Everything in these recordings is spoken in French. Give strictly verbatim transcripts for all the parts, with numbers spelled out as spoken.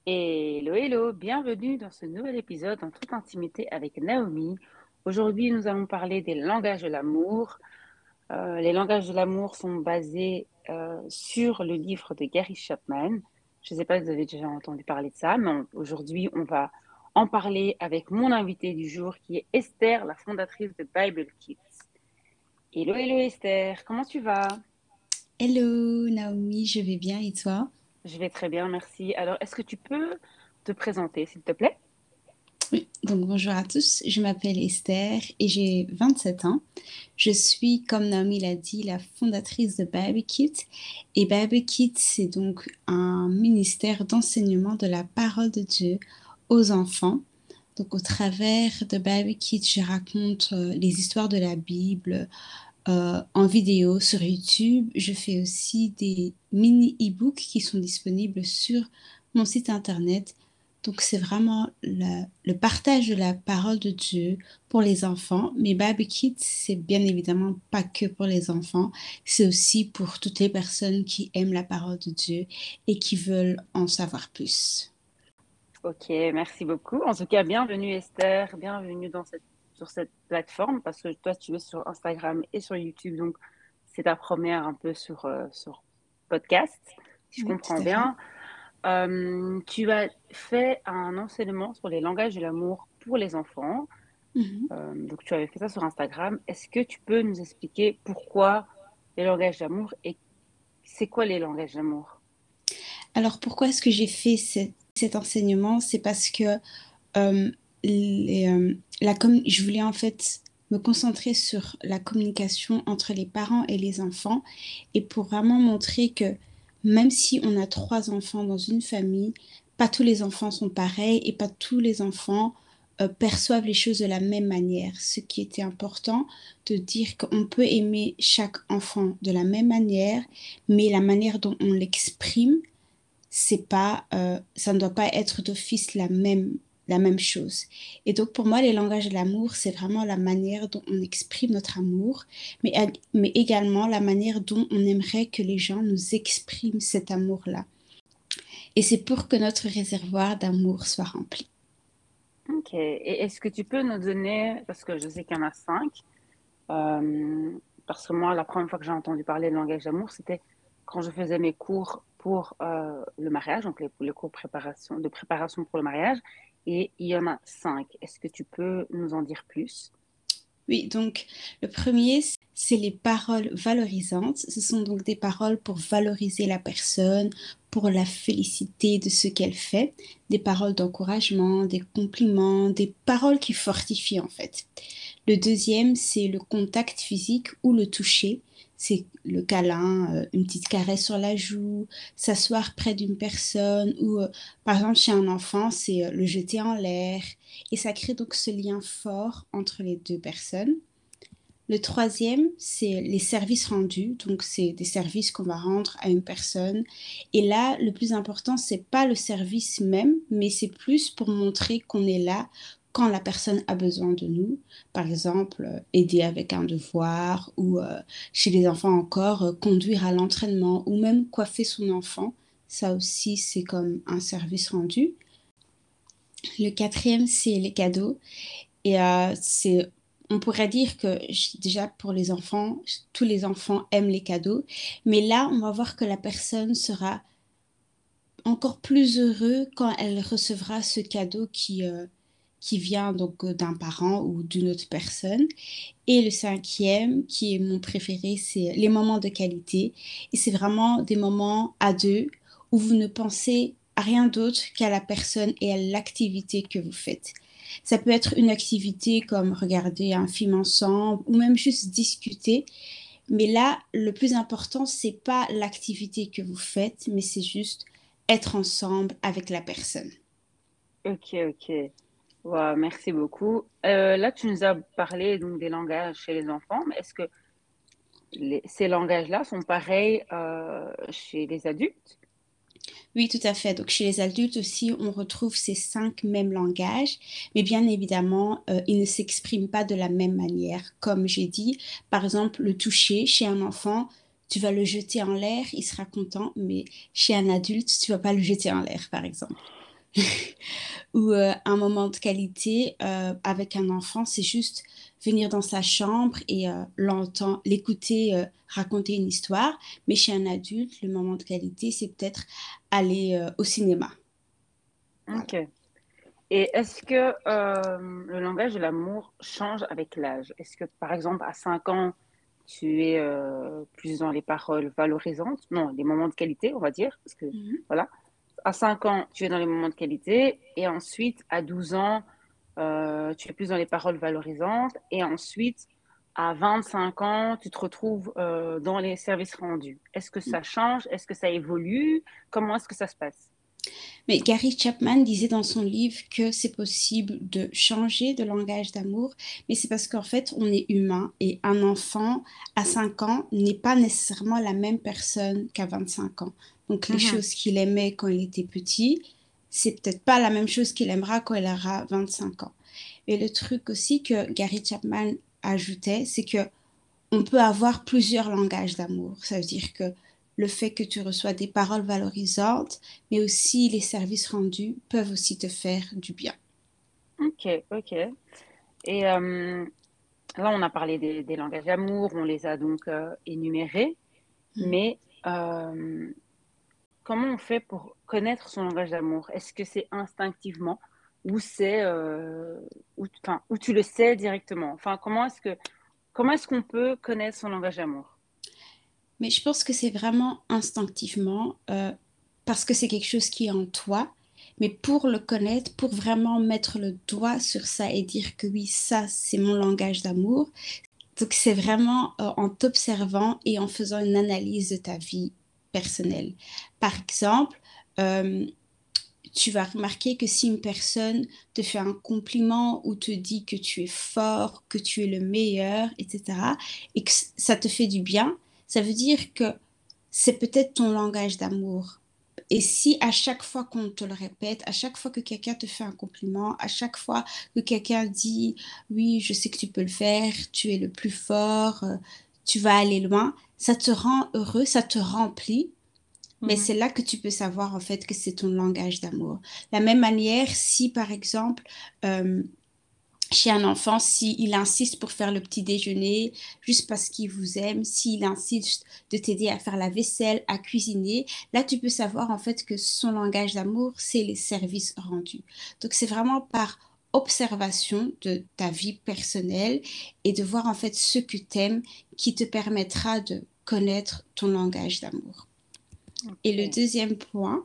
Hello, hello, bienvenue dans ce nouvel épisode en toute intimité avec Naomi. Aujourd'hui, nous allons parler des langages de l'amour. Euh, les langages de l'amour sont basés euh, sur le livre de Gary Chapman. Je ne sais pas si vous avez déjà entendu parler de ça, mais on- aujourd'hui, on va en parler avec mon invitée du jour qui est Esther, la fondatrice de Bible Kids. Hello, hello Esther, comment tu vas? Hello Naomi, je vais bien et toi? Je vais très bien, merci. Alors, est-ce que tu peux te présenter, s'il te plaît? Oui, donc bonjour à tous, je m'appelle Esther et j'ai vingt-sept ans. Je suis, comme Naomi l'a dit, la fondatrice de Baby Kids. Et Baby Kids, c'est donc un ministère d'enseignement de la parole de Dieu aux enfants. Donc au travers de Baby Kids, je raconte euh, les histoires de la Bible euh, en vidéo sur YouTube. Je fais aussi des mini e-books qui sont disponibles sur mon site internet. Donc c'est vraiment la- le partage de la parole de Dieu pour les enfants. Mais Baby Kids, c'est bien évidemment pas que pour les enfants, c'est aussi pour toutes les personnes qui aiment la parole de Dieu et qui veulent en savoir plus. Ok, merci beaucoup. En tout cas, bienvenue Esther, bienvenue dans cette, sur cette plateforme parce que toi, tu es sur Instagram et sur YouTube, donc c'est ta première un peu sur, euh, sur podcast, si je Oui, comprends tout à fait. bien. Euh, tu as fait un enseignement sur les langages de l'amour pour les enfants. Mhm. Euh, donc, tu avais fait ça sur Instagram. Est-ce que tu peux nous expliquer pourquoi les langages d'amour et c'est quoi les langages d'amour? Alors pourquoi est-ce que j'ai fait ce- cet enseignement? C'est parce que euh, les, euh, la commu- je voulais en fait me concentrer sur la communication entre les parents et les enfants et pour vraiment montrer que même si on a trois enfants dans une famille, pas tous les enfants sont pareils et pas tous les enfants euh, perçoivent les choses de la même manière. Ce qui était important de dire qu'on peut aimer chaque enfant de la même manière, mais la manière dont on l'exprime c'est pas, euh, ça ne doit pas être d'office la même, la même chose. Et donc pour moi, les langages de l'amour, c'est vraiment la manière dont on exprime notre amour, mais, mais également la manière dont on aimerait que les gens nous expriment cet amour-là. Et c'est pour que notre réservoir d'amour soit rempli. Ok, et est-ce que tu peux nous donner, parce que je sais qu'il y en a cinq, Euh, parce que moi, la première fois que j'ai entendu parler de langage d'amour, c'était quand je faisais mes cours pour euh, le mariage, donc les, les cours préparation, de préparation pour le mariage, et il y en a cinq. Est-ce que tu peux nous en dire plus? Oui, donc le premier, c'est les paroles valorisantes. Ce sont donc des paroles pour valoriser la personne, pour la féliciter de ce qu'elle fait, des paroles d'encouragement, des compliments, des paroles qui fortifient en fait. Le deuxième, c'est le contact physique ou le toucher. C'est le câlin, euh, une petite caresse sur la joue, s'asseoir près d'une personne ou, euh, par exemple, chez un enfant, c'est euh, le jeter en l'air. Et ça crée donc ce lien fort entre les deux personnes. Le troisième, c'est les services rendus. Donc, c'est des services qu'on va rendre à une personne. Et là, le plus important, c'est pas le service même, mais c'est plus pour montrer qu'on est là quand la personne a besoin de nous. Par exemple, euh, aider avec un devoir ou euh, chez les enfants encore, euh, conduire à l'entraînement ou même coiffer son enfant. Ça aussi, c'est comme un service rendu. Le quatrième, c'est les cadeaux. Et euh, c'est, on pourrait dire que j- déjà pour les enfants, tous les enfants aiment les cadeaux, mais là, on va voir que la personne sera encore plus heureux quand elle recevra ce cadeau qui, euh, qui vient donc euh, d'un parent ou d'une autre personne. Et le cinquième, qui est mon préféré, c'est les moments de qualité. Et c'est vraiment des moments à deux où vous ne pensez à rien d'autre qu'à la personne et à l'activité que vous faites. Ça peut être une activité comme regarder un film ensemble ou même juste discuter. Mais là, le plus important, c'est pas l'activité que vous faites, mais c'est juste être ensemble avec la personne. Ok, ok. Wow, merci beaucoup. Euh, là, tu nous as parlé donc des langages chez les enfants, mais est-ce que les- ces langages-là sont pareils euh, chez les adultes? Oui, tout à fait. Donc, chez les adultes aussi, on retrouve ces cinq mêmes langages, mais bien évidemment, euh, ils ne s'expriment pas de la même manière. Comme j'ai dit, par exemple, le toucher chez un enfant, tu vas le jeter en l'air, il sera content, mais chez un adulte, tu vas pas le jeter en l'air, par exemple. Ou euh, un moment de qualité euh, avec un enfant, c'est juste venir dans sa chambre et euh, l'entendre, l'écouter euh, raconter une histoire. Mais chez un adulte, le moment de qualité, c'est peut-être aller euh, au cinéma. Voilà. Ok. Et est-ce que euh, le langage de l'amour change avec l'âge? Est-ce que, par exemple, à cinq ans, tu es euh, plus dans les paroles valorisantes? Non, les moments de qualité, on va dire. Parce que, Mhm. voilà. À cinq ans, tu es dans les moments de qualité. Et ensuite, à douze ans, euh, tu es plus dans les paroles valorisantes. Et ensuite, à vingt-cinq ans, tu te retrouves euh, dans les services rendus. Est-ce que ça change? Est-ce que ça évolue? Comment est-ce que ça se passe? Mais Gary Chapman disait dans son livre que c'est possible de changer de langage d'amour, mais c'est parce qu'en fait, on est humain et un enfant à cinq ans n'est pas nécessairement la même personne qu'à vingt-cinq ans. Donc, les Mhm. choses qu'il aimait quand il était petit, c'est peut-être pas la même chose qu'il aimera quand il aura vingt-cinq ans. Et le truc aussi que Gary Chapman ajoutait, c'est que on peut avoir plusieurs langages d'amour. Ça veut dire que le fait que tu reçois des paroles valorisantes, mais aussi les services rendus peuvent aussi te faire du bien. Ok, ok. Et euh, là, on a parlé des, des langages d'amour, on les a donc euh, énumérés, Mm. mais euh, comment on fait pour connaître son langage d'amour? Est-ce que c'est instinctivement ou c'est euh, ou, enfin, ou tu le sais directement? Enfin, comment est-ce que comment est-ce qu'on peut connaître son langage d'amour? Mais je pense que c'est vraiment instinctivement, euh, parce que c'est quelque chose qui est en toi. Mais pour le connaître, pour vraiment mettre le doigt sur ça et dire que oui, ça, c'est mon langage d'amour, donc c'est vraiment euh, en t'observant et en faisant une analyse de ta vie personnelle. Par exemple, euh, tu vas remarquer que si une personne te fait un compliment ou te dit que tu es fort, que tu es le meilleur, et cetera, et que ça te fait du bien, ça veut dire que c'est peut-être ton langage d'amour. Et si à chaque fois qu'on te le répète, à chaque fois que quelqu'un te fait un compliment, à chaque fois que quelqu'un dit oui, je sais que tu peux le faire, tu es le plus fort, euh, tu vas aller loin, ça te rend heureux, ça te remplit, mais Mhm. c'est là que tu peux savoir en fait que c'est ton langage d'amour. La même manière, si par exemple, euh, chez un enfant, s'il insiste pour faire le petit déjeuner, juste parce qu'il vous aime, s'il insiste de t'aider à faire la vaisselle, à cuisiner, là tu peux savoir en fait que son langage d'amour, c'est les services rendus. Donc c'est vraiment par observation de ta vie personnelle et de voir en fait ce que t'aimes qui te permettra de connaître ton langage d'amour. Et le Ok. deuxième point,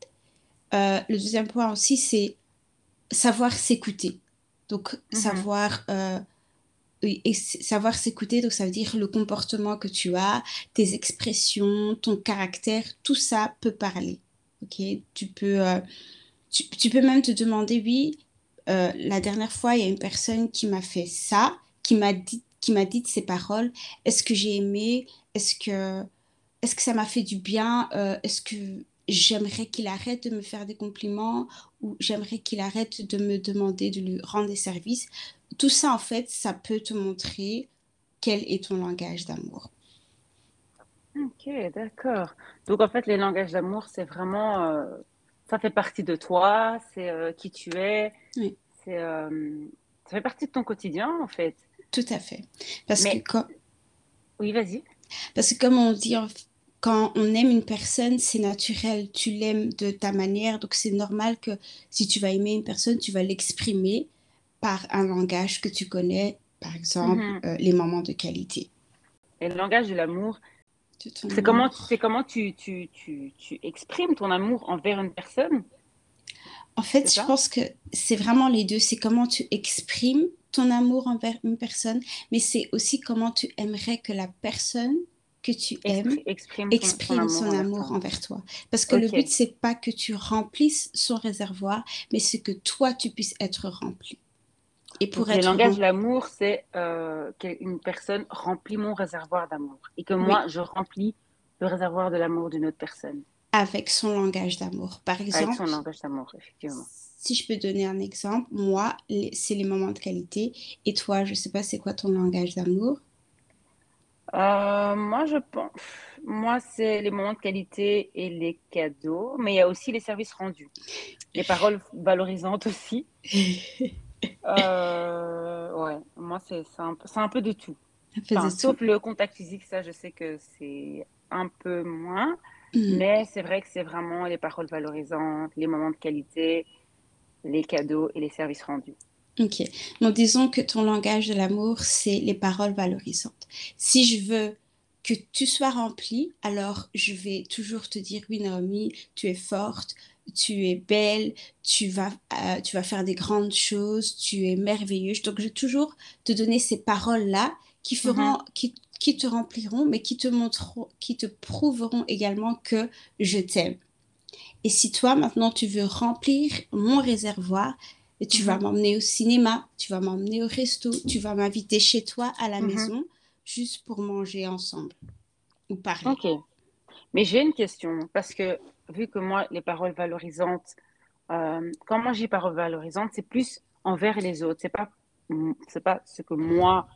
euh, le deuxième point aussi, c'est savoir s'écouter. Donc, Mhm. savoir, euh, oui, et savoir s'écouter, donc ça veut dire le comportement que tu as, tes expressions, ton caractère, tout ça peut parler. Ok, tu peux, euh, tu, tu peux même te demander, oui, euh, la dernière fois, il y a une personne qui m'a fait ça, qui m'a dit, qui m'a dit de ces paroles. Est-ce que j'ai aimé? Est-ce que est-ce que ça m'a fait du bien? Euh, est-ce que j'aimerais qu'il arrête de me faire des compliments ou j'aimerais qu'il arrête de me demander de lui rendre des services? Tout ça, en fait, ça peut te montrer quel est ton langage d'amour. Ok, d'accord. Donc en fait, les langages d'amour, c'est vraiment, euh, ça fait partie de toi, c'est euh, qui tu es, Oui, c'est, euh, ça fait partie de ton quotidien en fait. tout à fait. Parce que Mais quand, oui, vas-y. parce que comme on dit, en- quand on aime une personne, c'est naturel. Tu l'aimes de ta manière, donc c'est normal que si tu vas aimer une personne, tu vas l'exprimer par un langage que tu connais, par exemple, Mhm. euh, les moments de qualité Et le langage de l'amour, de ton c'est comment, c'est amour. comment tu, tu, tu, tu exprimes ton amour envers une personne, En fait, c'est je ça? pense que c'est vraiment les deux. C'est comment tu exprimes ton amour envers une personne, mais c'est aussi comment tu aimerais que la personne que tu aimes Expri- exprime ton, ton exprime amour son envers amour toi. envers toi. Parce que le but, Ok. c'est pas que tu remplisses son réservoir, mais c'est que toi, tu puisses être rempli. Et pour Donc les être langages de rempli, l'amour, c'est euh, qu'une personne remplit mon réservoir d'amour et que moi, oui, je remplis le réservoir de l'amour d'une autre personne avec son langage d'amour. Par avec exemple, son langage d'amour, effectivement. si je peux donner un exemple, moi, les- c'est les moments de qualité. Et toi, je sais pas, c'est quoi ton langage d'amour? Euh, moi, je pense. Moi, c'est les moments de qualité et les cadeaux, mais il y a aussi les services rendus. Les paroles valorisantes aussi. Euh, ouais, moi, c'est c'est un peu, c'est un peu de tout. Un peu de Enfin, tout. sauf le contact physique, ça, je sais que c'est un peu moins. Mhm. Mais c'est vrai que c'est vraiment les paroles valorisantes, les moments de qualité, les cadeaux et les services rendus. Ok. Donc, disons que ton langage de l'amour, c'est les paroles valorisantes. Si je veux que tu sois remplie, alors je vais toujours te dire, oui, Naomi, tu es forte, tu es belle, tu vas, euh, tu vas faire des grandes choses, tu es merveilleuse. Donc, je vais toujours te donner ces paroles-là qui feront, Mhm, qui, qui te rempliront, mais qui te montreront, qui te prouveront également que je t'aime. Et si toi, maintenant, tu veux remplir mon réservoir, tu vas mhm, m'emmener au cinéma, tu vas m'emmener au resto, tu vas m'inviter chez toi à la mhm. maison, juste pour manger ensemble ou parler. Ok. Mais j'ai une question, parce que vu que moi, les paroles valorisantes, euh, quand moi j'ai paroles valorisantes, c'est plus envers les autres. C'est pas, c'est pas ce que moi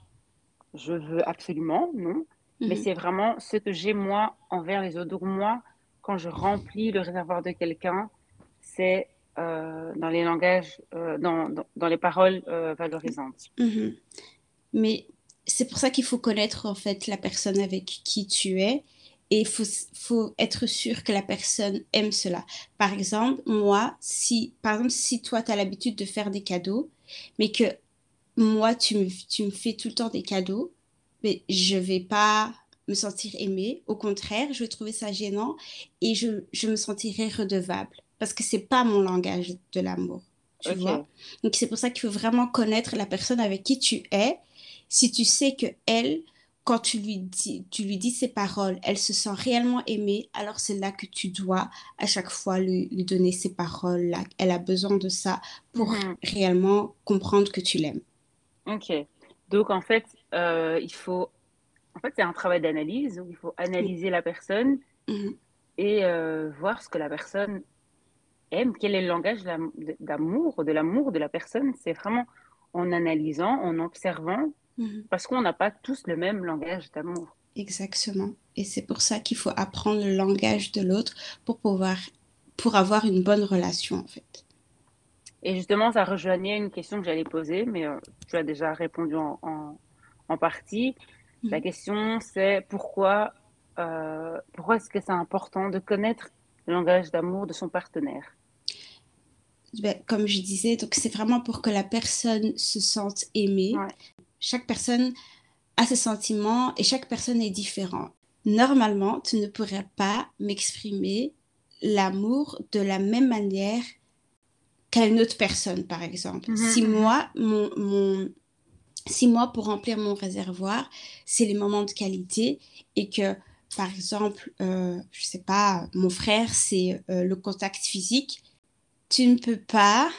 je veux absolument, non, mais Mhm, c'est vraiment ce que j'ai moi envers les autres. Donc moi, quand je remplis le réservoir de quelqu'un, c'est euh, dans les langages, euh, dans, dans, dans les paroles euh, valorisantes. mhm. Mais c'est pour ça qu'il faut connaître en fait la personne avec qui tu es et il faut, faut être sûr que la personne aime cela. Par exemple, moi, si, par exemple, si toi, tu as l'habitude de faire des cadeaux, mais que moi, tu me, tu me fais tout le temps des cadeaux, mais je vais pas me sentir aimée. Au contraire, je vais trouver ça gênant et je, je me sentirai redevable parce que c'est pas mon langage de l'amour, tu vois. Ok, Donc, c'est pour ça qu'il faut vraiment connaître la personne avec qui tu es. Si tu sais que elle, quand tu lui dis, tu lui dis ces paroles, elle se sent réellement aimée, alors c'est là que tu dois à chaque fois lui, lui donner ces paroles-là. Elle a besoin de ça pour mhm, réellement comprendre que tu l'aimes. ok. Donc en fait, euh, il faut, en fait, c'est un travail d'analyse. Donc il faut Oui. analyser la personne Mhm. et euh, voir ce que la personne aime, quel est le langage d'am- d'amour, de l'amour de la personne. C'est vraiment en analysant, en observant, Mhm. parce qu'on n'a pas tous le même langage d'amour. Exactement. Et c'est pour ça qu'il faut apprendre le langage de l'autre pour pouvoir, pour avoir une bonne relation, en fait. Et justement, ça rejoignait une question que j'allais poser, mais euh, tu as déjà répondu en, en, en partie. La Mhm. question, c'est pourquoi, euh, pourquoi est-ce que c'est important de connaître le langage d'amour de son partenaire? Ben, comme je disais, donc c'est vraiment pour que la personne se sente aimée. Ouais. Chaque personne a ses sentiments et chaque personne est différente. Normalement, tu ne pourrais pas m'exprimer l'amour de la même manière qu'à une autre personne, par exemple. Mhm, Si mhm. moi, mon, mon, si moi, pour remplir mon réservoir, c'est les moments de qualité et que, par exemple, euh, je sais pas, mon frère, c'est euh, le contact physique, tu ne peux pas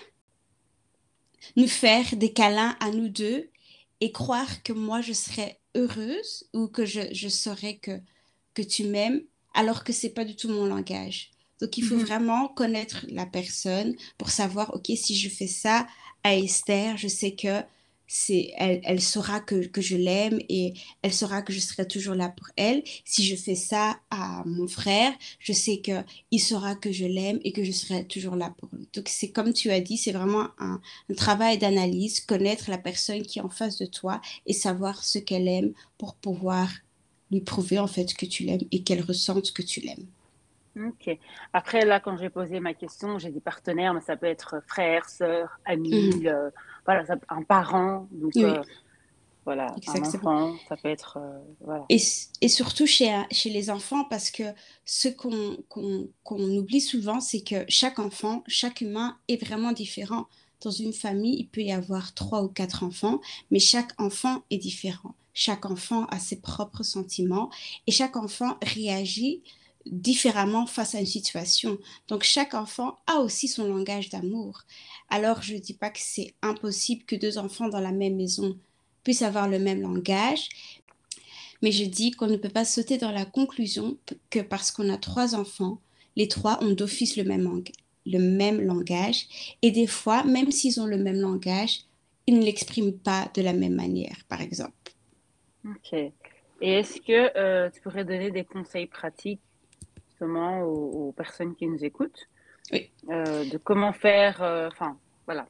nous faire des câlins à nous deux et croire que moi, je serais heureuse ou que je, je saurais que, que tu m'aimes alors que c'est pas du tout mon langage. Donc, il faut Mhm. vraiment connaître la personne pour savoir, OK, si je fais ça à Esther, je sais que c'est, elle, elle saura que, que je l'aime et elle saura que je serai toujours là pour elle. Si je fais ça à mon frère, je sais que il saura que je l'aime et que je serai toujours là pour lui. Donc, c'est comme tu as dit, c'est vraiment un, un travail d'analyse, connaître la personne qui est en face de toi et savoir ce qu'elle aime pour pouvoir lui prouver en fait que tu l'aimes et qu'elle ressente que tu l'aimes. Ok. Après, là, quand j'ai posé ma question, j'ai dit partenaire, mais ça peut être frère, sœur, Mhm. ami, euh, voilà, ça- un parent, donc Oui, euh, voilà, un exactement. enfant, ça peut être, euh, voilà. Et, et surtout chez, chez les enfants, parce que ce qu'on qu'on, qu'on oublie souvent, c'est que chaque enfant, chaque humain est vraiment différent. Dans une famille, il peut y avoir trois ou quatre enfants, mais chaque enfant est différent. Chaque enfant a ses propres sentiments et chaque enfant réagit différemment face à une situation. Donc chaque enfant a aussi son langage d'amour. Alors je ne dis pas que c'est impossible que deux enfants dans la même maison puissent avoir le même langage, mais je dis qu'on ne peut pas sauter dans la conclusion que parce qu'on a trois enfants, les trois ont d'office le même, lang- le même langage. Et des fois, même s'ils ont le même langage, ils ne l'expriment pas de la même manière, par exemple. Ok. Et est-ce que euh, tu pourrais donner des conseils pratiques justement aux, aux personnes qui nous écoutent Oui. euh, de comment faire, euh, enfin, voilà.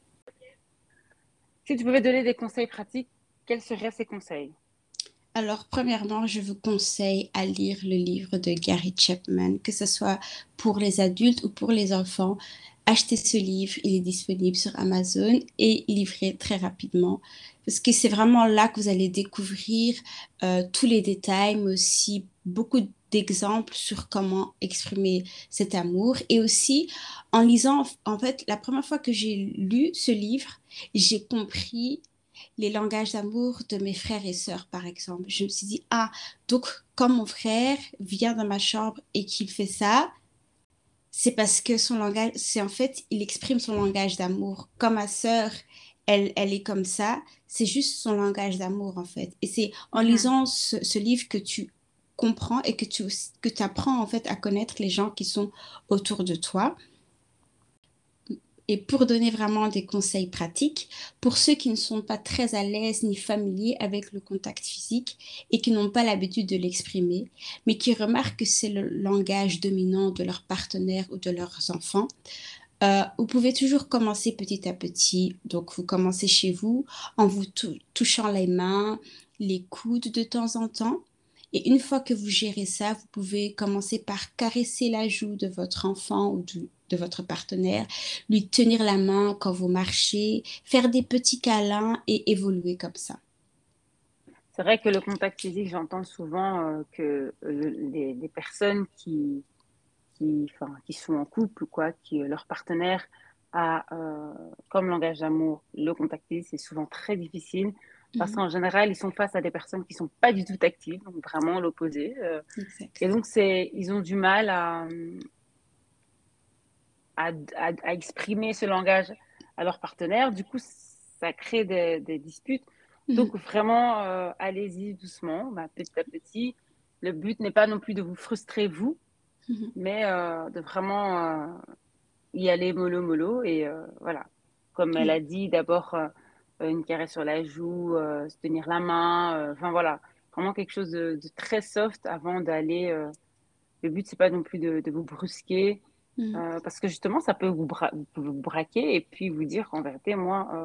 Si tu pouvais donner des conseils pratiques, quels seraient ces conseils? Alors, premièrement, je vous conseille à lire le livre de Gary Chapman, que ce soit pour les adultes ou pour les enfants. Achetez ce livre, il est disponible sur Amazon et livré très rapidement. Parce que c'est vraiment là que vous allez découvrir euh, tous les détails, mais aussi beaucoup d'exemples sur comment exprimer cet amour. Et aussi, en lisant, en fait, la première fois que j'ai lu ce livre, j'ai compris les langages d'amour de mes frères et sœurs, par exemple. Je me suis dit, ah, donc quand mon frère vient dans ma chambre et qu'il fait ça, c'est parce que son langage, c'est en fait, il exprime son langage d'amour. Comme ma sœur, elle, elle est comme ça, c'est juste son langage d'amour, en fait. Et c'est en Mhm. lisant ce, ce livre que tu comprends et que tu que tu apprends, en fait, à connaître les gens qui sont autour de toi. Et pour donner vraiment des conseils pratiques, pour ceux qui ne sont pas très à l'aise ni familiers avec le contact physique et qui n'ont pas l'habitude de l'exprimer, mais qui remarquent que c'est le langage dominant de leur partenaire ou de leurs enfants, euh, vous pouvez toujours commencer petit à petit. Donc, vous commencez chez vous en vous tou- touchant les mains, les coudes de temps en temps. Et une fois que vous gérez ça, vous pouvez commencer par caresser la joue de votre enfant ou du- de votre partenaire, lui tenir la main quand vous marchez, faire des petits câlins et évoluer comme ça. C'est vrai que le contact physique, j'entends souvent euh, que le- les, les personnes qui, qui, enfin, qui sont en couple ou quoi, qui euh, leur partenaire a euh, comme langage d'amour le contact physique, c'est souvent très difficile parce Mhm, qu'en général, ils sont face à des personnes qui sont pas du tout tactiles, donc vraiment l'opposé. euh, et exact. donc, c'est, ils ont du mal à, à, à, à exprimer ce langage à leur partenaire. Du coup, ça crée des, des disputes. Mhm, Donc, vraiment, euh, allez-y doucement, bah, petit à petit. Le but n'est pas non plus de vous frustrer, vous, mhm, mais euh, de vraiment euh, y aller mollo mollo. Et euh, voilà, comme elle a oui, dit, d'abord euh, une caresse sur la joue, euh, se tenir la main. euh, Enfin, voilà, vraiment quelque chose de, de très soft avant d'aller. euh, le but, c'est pas non plus de, de vous brusquer, mhm, euh, parce que justement, ça peut vous, bra- vous braquer et puis vous dire qu'en vérité, moi, euh,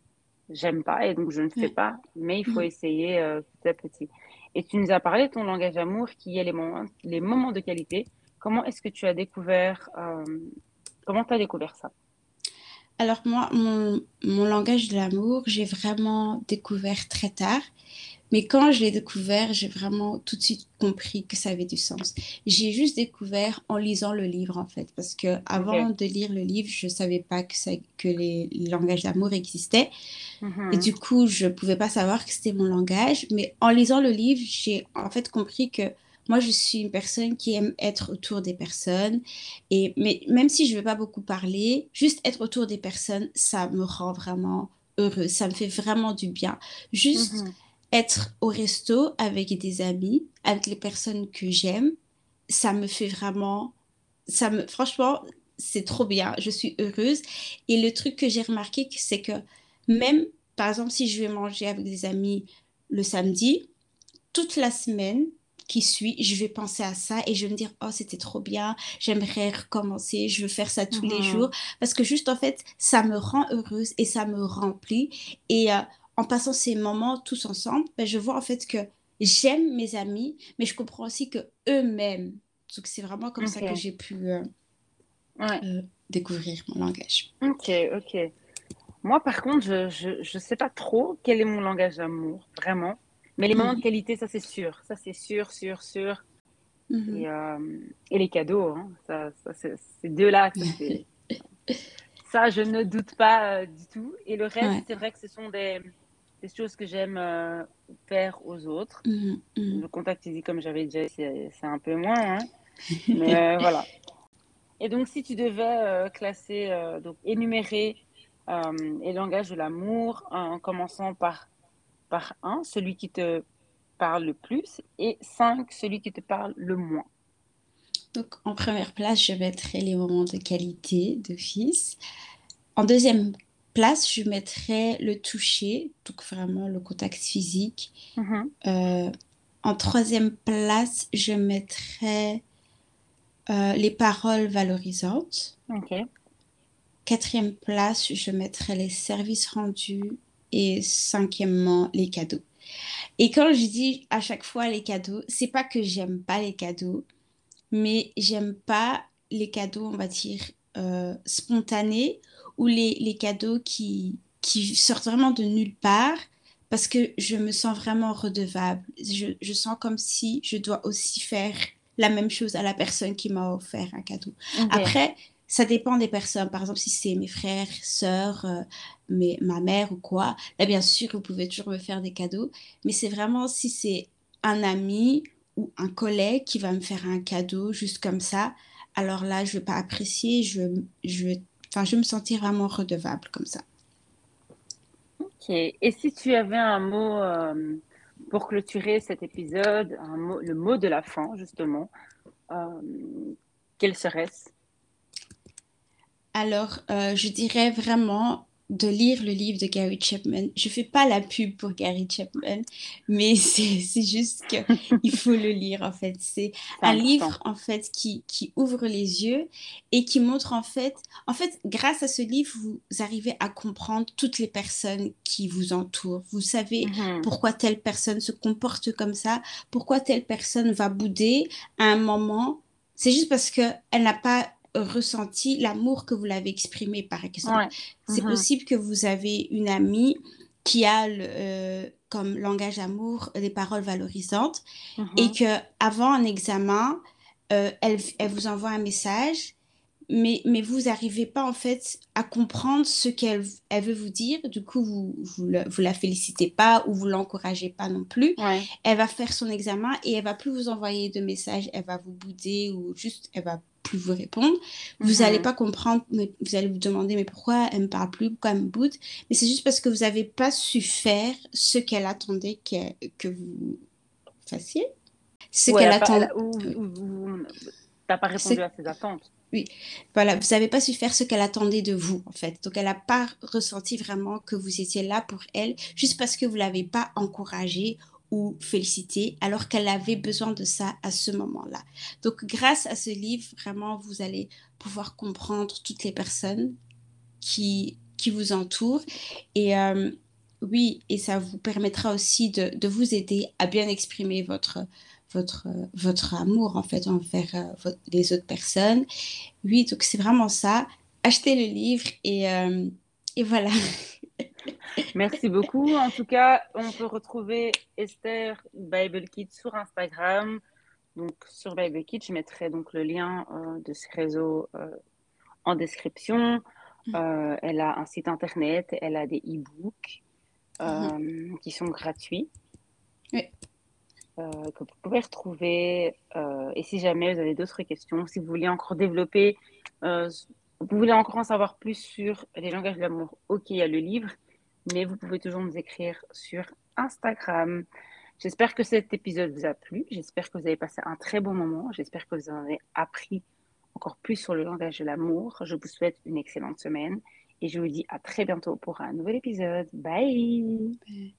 j'aime pas et donc je ne fais ouais, pas, mais il faut mhm. essayer euh, petit à petit. Et tu nous as parlé de ton langage d'amour qui est les moments, les moments de qualité. Comment est-ce que tu as découvert, euh, comment tu as découvert ça? Alors moi, mon, mon langage de l'amour, j'ai vraiment découvert très tard. Mais quand je l'ai découvert, j'ai vraiment tout de suite compris que ça avait du sens. J'ai juste découvert en lisant le livre, en fait, parce que avant Ok. de lire le livre, je savais pas que, ça, que les, les langages d'amour existaient. Et Mhm. du coup, je pouvais pas savoir que c'était mon langage. Mais en lisant le livre, j'ai en fait compris que moi, je suis une personne qui aime être autour des personnes. Et mais même si je ne vais pas beaucoup parler, juste être autour des personnes, ça me rend vraiment heureuse. Ça me fait vraiment du bien. Juste Mhm. être au resto avec des amis, avec les personnes que j'aime, ça me fait vraiment, ça me, franchement, c'est trop bien. Je suis heureuse. Et le truc que j'ai remarqué, c'est que même, par exemple, si je vais manger avec des amis le samedi, toute la semaine qui suit, je vais penser à ça et je vais me dire, oh, c'était trop bien, j'aimerais recommencer, je veux faire ça tous les jours. Mhm. Parce que juste, en fait, ça me rend heureuse et ça me remplit. Et euh, en passant ces moments tous ensemble, ben, je vois en fait que j'aime mes amis, mais je comprends aussi que eux-mêmes. Donc, c'est vraiment comme ça que Ok. j'ai pu euh, Ouais. euh, découvrir mon langage. Ok. Ok. Moi, par contre, je, je, je sais pas trop quel est mon langage d'amour, vraiment. Mais les moments de Mhm, qualité, ça c'est sûr. Ça c'est sûr, sûr, sûr. mhm. Et, euh, et les cadeaux, hein, ça, ça, c'est- ces deux-là, ça, c'est, ça, je ne doute pas euh, du tout. Et le reste, Ouais. c'est vrai que ce sont des, des choses que j'aime euh, faire aux autres. Mhm, Le mhm. contact physique, comme j'avais déjà, dit, c'est c'est un peu moins, hein. Mais euh, voilà. Et donc, si tu devais euh, classer, euh, donc énumérer euh, les langages de l'amour, en commençant par, par un, celui qui te parle le plus, et cinq, celui qui te parle le moins. Donc, en première place, je mettrai les moments de qualité d'office. En deuxième place, je mettrais le toucher, donc vraiment le contact physique. Mhm. Euh, En troisième place, je mettrais euh, les paroles valorisantes. Ok. Quatrième place, je mettrais les services rendus. Et cinquièmement, les cadeaux. Et quand je dis à chaque fois les cadeaux, c'est pas que j'aime pas les cadeaux, mais j'aime pas les cadeaux, on va dire, euh, spontanés ou les, les cadeaux qui, qui sortent vraiment de nulle part parce que je me sens vraiment redevable. Je, je sens comme si je dois aussi faire la même chose à la personne qui m'a offert un cadeau. Ok. Après, ça dépend des personnes. Par exemple, si c'est mes frères, sœurs, euh, mes, ma mère ou quoi, là, bien sûr, vous pouvez toujours me faire des cadeaux. Mais c'est vraiment si c'est un ami ou un collègue qui va me faire un cadeau juste comme ça, alors là, je ne vais pas apprécier, je, je, enfin, je vais me sentir vraiment redevable comme ça. Ok. Et si tu avais un mot euh, pour clôturer cet épisode, un mot, le mot de la fin, justement, euh, quel serait-ce? Alors, euh, je dirais vraiment de lire le livre de Gary Chapman. Je fais pas la pub pour Gary Chapman, mais c'est c'est juste que il faut le lire en fait. C'est C'est un important. livre en fait qui qui ouvre les yeux et qui montre en fait en fait grâce à ce livre vous arrivez à comprendre toutes les personnes qui vous entourent. Vous savez Mhm. pourquoi telle personne se comporte comme ça, pourquoi telle personne va bouder à un moment. C'est juste parce que elle n'a pas ressenti l'amour que vous l'avez exprimé, par exemple. Ouais. C'est Mhm. possible que vous avez une amie qui a le, euh, comme langage d'amour des paroles valorisantes et Mhm. que avant un examen, euh, elle, elle vous envoie un message mais, mais vous n'arrivez pas en fait à comprendre ce qu'elle elle veut vous dire. Du coup, vous vous, le- vous la félicitez pas ou vous l'encouragez pas non plus. Ouais. Elle va faire son examen et elle va plus vous envoyer de messages. Elle va vous bouder ou juste elle va plus vous répondre. Vous n'allez Mhm. pas comprendre, mais vous allez vous demander mais pourquoi elle me parle plus, pourquoi elle me boude. Mais c'est juste parce que vous n'avez pas su faire ce qu'elle attendait que, que vous fassiez. Ce Ouais, elle qu'elle a pas, elle attend, a- ou, ou- ou- t'as pas ce répondu à ses attentes. Oui, voilà, vous n'avez pas su faire ce qu'elle attendait de vous, en fait. Donc, elle n'a pas ressenti vraiment que vous étiez là pour elle, juste parce que vous ne l'avez pas encouragée ou félicitée, alors qu'elle avait besoin de ça à ce moment-là. Donc, grâce à ce livre, vraiment, vous allez pouvoir comprendre toutes les personnes qui, qui vous entourent. Et euh, oui, et ça vous permettra aussi de, de vous aider à bien exprimer votre, votre, votre amour, en fait, envers euh, votre- les autres personnes. Oui, donc c'est vraiment ça. Achetez le livre et, euh, et voilà. Merci beaucoup. En tout cas, on peut retrouver Esther Bible Kids sur Instagram. Donc, sur Bible Kids, je mettrai donc le lien euh, de ce réseau euh, en description. Euh, elle a un site internet, elle a des e-books Mhm. euh, qui sont gratuits, Oui. euh, que vous pouvez retrouver. Euh, et si jamais vous avez d'autres questions, si vous voulez encore développer, euh, vous voulez encore en savoir plus sur les langages de l'amour, ok, il y a le livre, mais vous pouvez toujours nous écrire sur Instagram. J'espère que cet épisode vous a plu. J'espère que vous avez passé un très bon moment. J'espère que vous en avez appris encore plus sur le langage de l'amour. Je vous souhaite une excellente semaine et je vous dis à très bientôt pour un nouvel épisode. Bye!